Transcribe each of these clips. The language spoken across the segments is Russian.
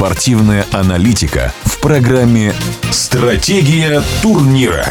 Спортивная аналитика в программе «Стратегия турнира».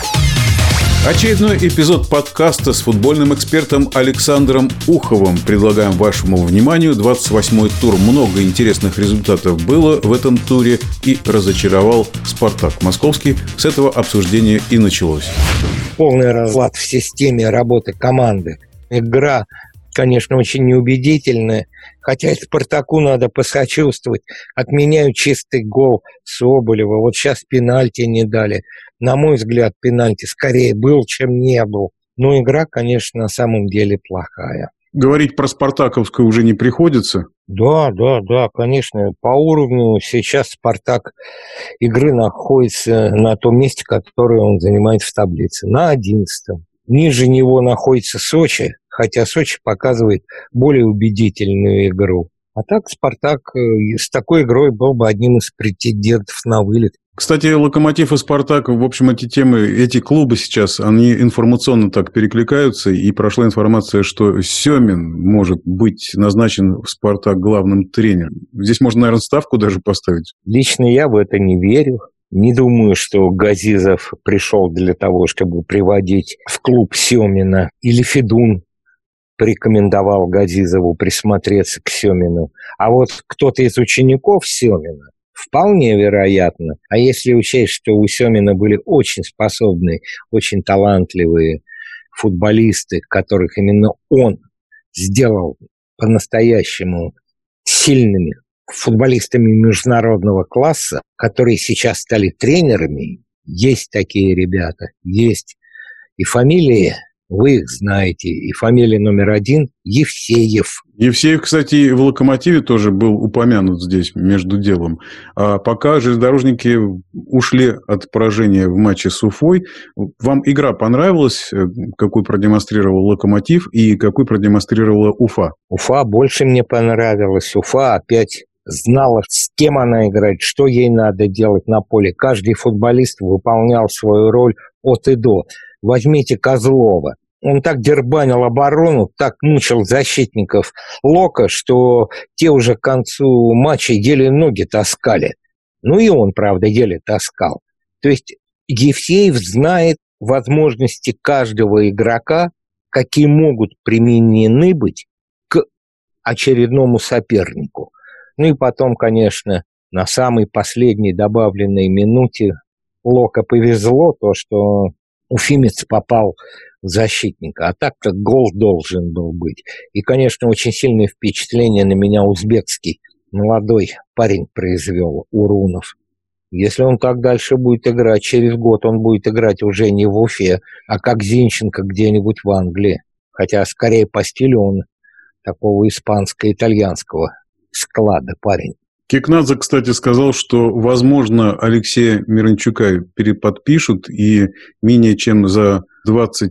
Очередной эпизод подкаста с футбольным экспертом Александром Уховым. Предлагаем вашему вниманию 28-й тур. Много интересных результатов было в этом туре и разочаровал «Спартак» московский. С этого обсуждение и началось. Полный разлад в системе работы команды. Игра, конечно, очень неубедительная. Хотя и «Спартаку» надо посочувствовать. Отменяют чистый гол Соболева. Вот сейчас пенальти не дали. На мой взгляд, пенальти скорее был, чем не был. Но игра, конечно, на самом деле плохая. Говорить про спартаковскую уже не приходится? Да, конечно. По уровню сейчас «Спартак» игры находится на том месте, которое он занимает в таблице. На 11-м. Ниже него находится Сочи, хотя Сочи показывает более убедительную игру. А так «Спартак» с такой игрой был бы одним из претендентов на вылет. Кстати, «Локомотив» и «Спартак», в общем, эти темы, эти клубы сейчас, они информационно так перекликаются, и прошла информация, что Семин может быть назначен в «Спартак» главным тренером. Здесь можно, наверное, ставку даже поставить. Лично я в это не верю. Не думаю, что Газизов пришел для того, чтобы приводить в клуб Семина, или Федун порекомендовал Газизову присмотреться к Семину. А вот кто-то из учеников Семина вполне вероятно. А если учесть, что у Семина были очень способные, очень талантливые футболисты, которых именно он сделал по-настоящему сильными футболистами международного класса, которые сейчас стали тренерами, есть такие ребята, есть. И фамилии, вы их знаете, и фамилия номер 1 – Евсеев. Евсеев, кстати, в «Локомотиве» тоже был упомянут здесь между делом. А пока железнодорожники ушли от поражения в матче с Уфой, вам игра понравилась, какую продемонстрировал «Локомотив» и какую продемонстрировала Уфа? Уфа больше мне понравилась. Уфа опять знала, с кем она играет, что ей надо делать на поле. Каждый футболист выполнял свою роль от и до. Возьмите Козлова. Он так дербанил оборону, так мучил защитников Лока, что те уже к концу матча еле ноги таскали. Ну и он, правда, еле таскал. То есть Евсеев знает возможности каждого игрока, какие могут применены быть к очередному сопернику. Ну и потом, конечно, на самой последней добавленной минуте Лока повезло, то, что уфимец попал в защитника. А так-то гол должен был быть. И, конечно, очень сильное впечатление на меня узбекский молодой парень произвел, Урунов. Если он так дальше будет играть, через год он будет играть уже не в Уфе, а как Зинченко где-нибудь в Англии. Хотя скорее по стилю он такого испанско-итальянского склада парень. Кикнадзе, кстати, сказал, что, возможно, Алексея Миранчука переподпишут и менее чем за 20-25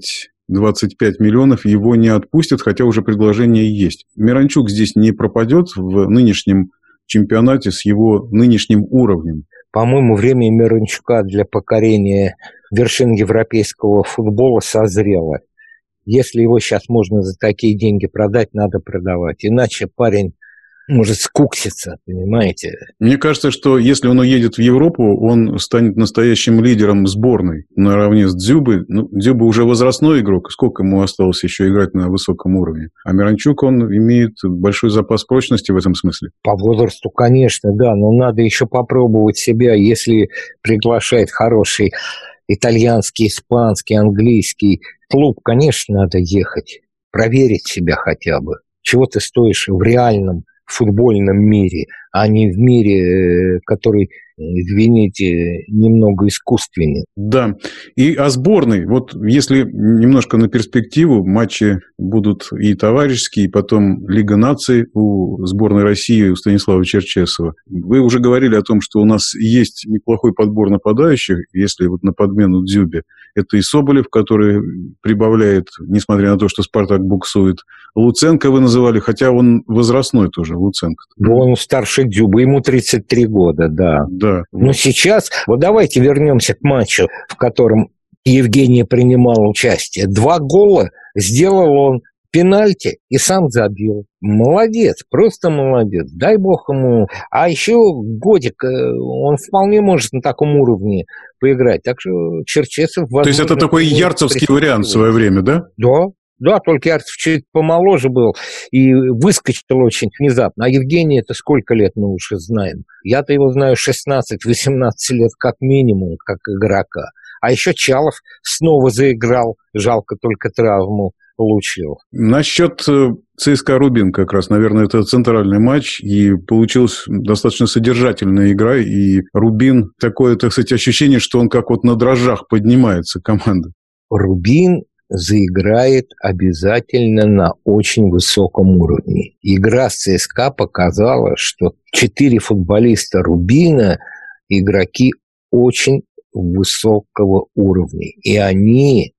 миллионов его не отпустят, хотя уже предложение есть. Миранчук здесь не пропадет в нынешнем чемпионате с его нынешним уровнем. По-моему, время Миранчука для покорения вершин европейского футбола созрело. Если его сейчас можно за такие деньги продать, надо продавать. Иначе парень может скукситься, понимаете? Мне кажется, что если он уедет в Европу, он станет настоящим лидером сборной наравне с Дзюбой. Ну, Дзюба уже возрастной игрок, сколько ему осталось еще играть на высоком уровне. А Миранчук, он имеет большой запас прочности в этом смысле. По возрасту, конечно, да, но надо еще попробовать себя, если приглашает хороший итальянский, испанский, английский клуб, конечно, надо ехать, проверить себя хотя бы. Чего ты стоишь в реальном футбольном мире, а не в мире, который, извините, немного искусственен. Да. И о сборной. Вот если немножко на перспективу, матчи будут и товарищеские, и потом Лига наций у сборной России, у Станислава Черчесова. Вы уже говорили о том, что у нас есть неплохой подбор нападающих, если вот на подмену Дзюбе. Это и Соболев, который прибавляет, несмотря на то, что «Спартак» буксует. Луценко вы называли, хотя он возрастной тоже, Луценко. Он старше Дзюбы, ему 33 года, да. Да. Но сейчас, вот давайте вернемся к матчу, в котором Евгений принимал участие. 2 гола сделал он пенальти и сам забил. Молодец, просто молодец. Дай бог ему. А еще годик, он вполне может на таком уровне поиграть. Так что Черчесов... То есть это такой ярцевский вариант в свое время, да? Да, только Ярцев чуть помоложе был и выскочил очень внезапно. А Евгений это сколько лет мы уже знаем? Я-то его знаю 16-18 лет как минимум, как игрока. А еще Чалов снова заиграл, жалко только травму получил. Насчет ЦСКА «Рубин» как раз, наверное, это центральный матч, и получилась достаточно содержательная игра, и «Рубин» такое, так сказать, ощущение, что он как вот на дрожжах поднимается, команда. «Рубин» заиграет обязательно на очень высоком уровне. Игра с ЦСКА показала, что 4 футболиста «Рубина» игроки очень высокого уровня. И они,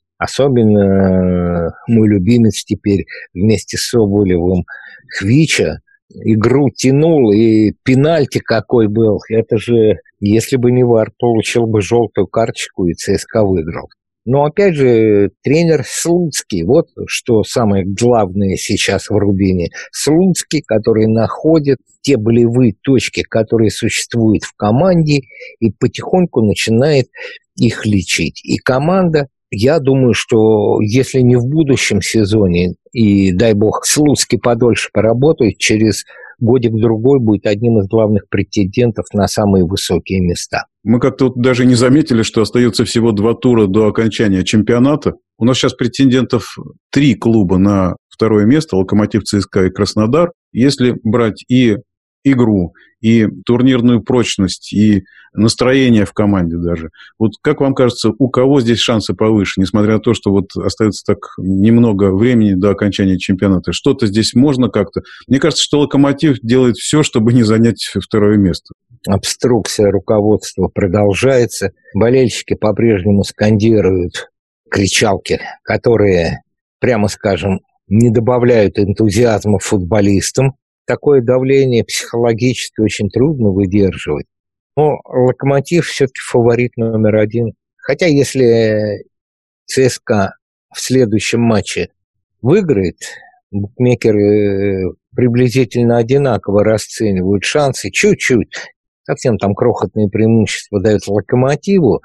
особенно мой любимец теперь вместе с Соболевым, Хвича, игру тянул, и пенальти какой был. Это же, если бы не ВАР, получил бы желтую карточку, и ЦСКА выиграл. Но, опять же, тренер Слуцкий, вот что самое главное сейчас в «Рубине». Слуцкий, который находит те болевые точки, которые существуют в команде, и потихоньку начинает их лечить. И команда, я думаю, что если не в будущем сезоне, и, дай бог, Слуцкий подольше поработает, через годик-другой будет одним из главных претендентов на самые высокие места. Мы как-то вот даже не заметили, что остается всего 2 тура до окончания чемпионата. У нас сейчас претендентов 3 клуба на второе место: «Локомотив», ЦСКА и «Краснодар». Если брать и игру, и турнирную прочность, и настроение в команде даже. Вот как вам кажется, у кого здесь шансы повыше, несмотря на то, что вот остается так немного времени до окончания чемпионата? Что-то здесь можно как-то? Мне кажется, что «Локомотив» делает все, чтобы не занять второе место. Обструкция руководства продолжается. Болельщики по-прежнему скандируют кричалки, которые, прямо скажем, не добавляют энтузиазма футболистам. Такое давление психологически очень трудно выдерживать. Но «Локомотив» все-таки фаворит номер 1. Хотя если ЦСКА в следующем матче выиграет, букмекеры приблизительно одинаково расценивают шансы, чуть-чуть, совсем там крохотные преимущества дают «Локомотиву»,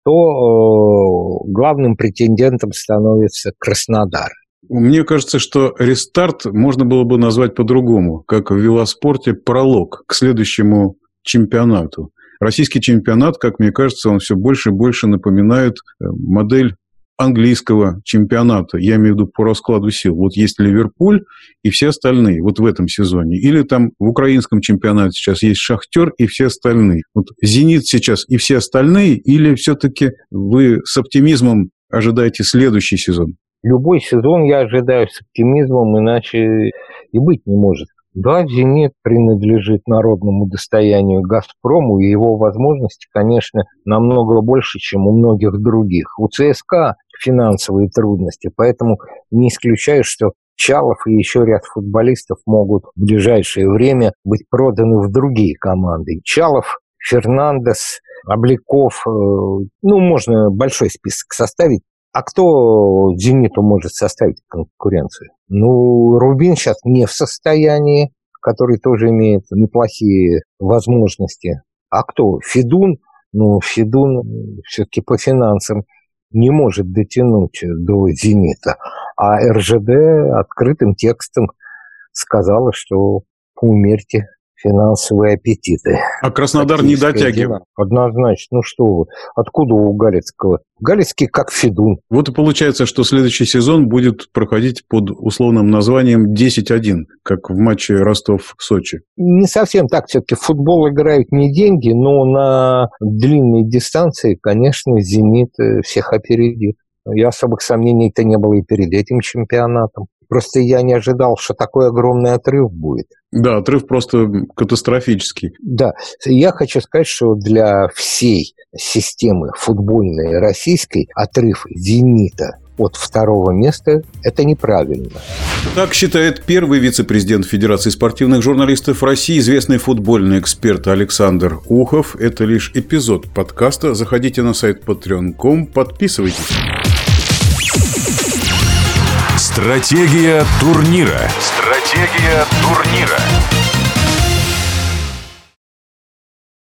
то главным претендентом становится «Краснодар». Мне кажется, что рестарт можно было бы назвать по-другому, как в велоспорте пролог к следующему чемпионату. Российский чемпионат, как мне кажется, он все больше и больше напоминает модель английского чемпионата. Я имею в виду по раскладу сил. Вот есть Ливерпуль и все остальные вот в этом сезоне. Или там в украинском чемпионате сейчас есть Шахтер и все остальные. Вот Зенит сейчас и все остальные, или все-таки вы с оптимизмом ожидаете следующий сезон? Любой сезон я ожидаю с оптимизмом, иначе и быть не может. Да, «Зенит» принадлежит народному достоянию «Газпрому», и его возможности, конечно, намного больше, чем у многих других. У ЦСКА финансовые трудности, поэтому не исключаю, что Чалов и еще ряд футболистов могут в ближайшее время быть проданы в другие команды. Чалов, Фернандес, Обликов, можно большой список составить. А кто «Зениту» может составить конкуренцию? «Рубин» сейчас не в состоянии, который тоже имеет неплохие возможности. А кто? «Федун»? «Федун» все-таки по финансам не может дотянуть до «Зенита». А РЖД открытым текстом сказала, что умерьте финансовые аппетиты. А Краснодар не дотягивает. Однозначно. Что вы? Откуда у Галицкого? Галицкий как Федун. Вот и получается, что следующий сезон будет проходить под условным названием 10-1, как в матче Ростов-Сочи. Не совсем так. Все-таки в футбол играют не деньги, но на длинной дистанции, конечно, «Зенит» всех опередит. И особых сомнений-то не было и перед этим чемпионатом. Просто я не ожидал, что такой огромный отрыв будет. Да, отрыв просто катастрофический. Да, я хочу сказать, что для всей системы футбольной российской отрыв «Зенита» от второго места – это неправильно. Так считает первый вице-президент Федерации спортивных журналистов России, известный футбольный эксперт Александр Ухов. Это лишь эпизод подкаста. Заходите на сайт patreon.com, подписывайтесь. Стратегия турнира. Стратегия турнира.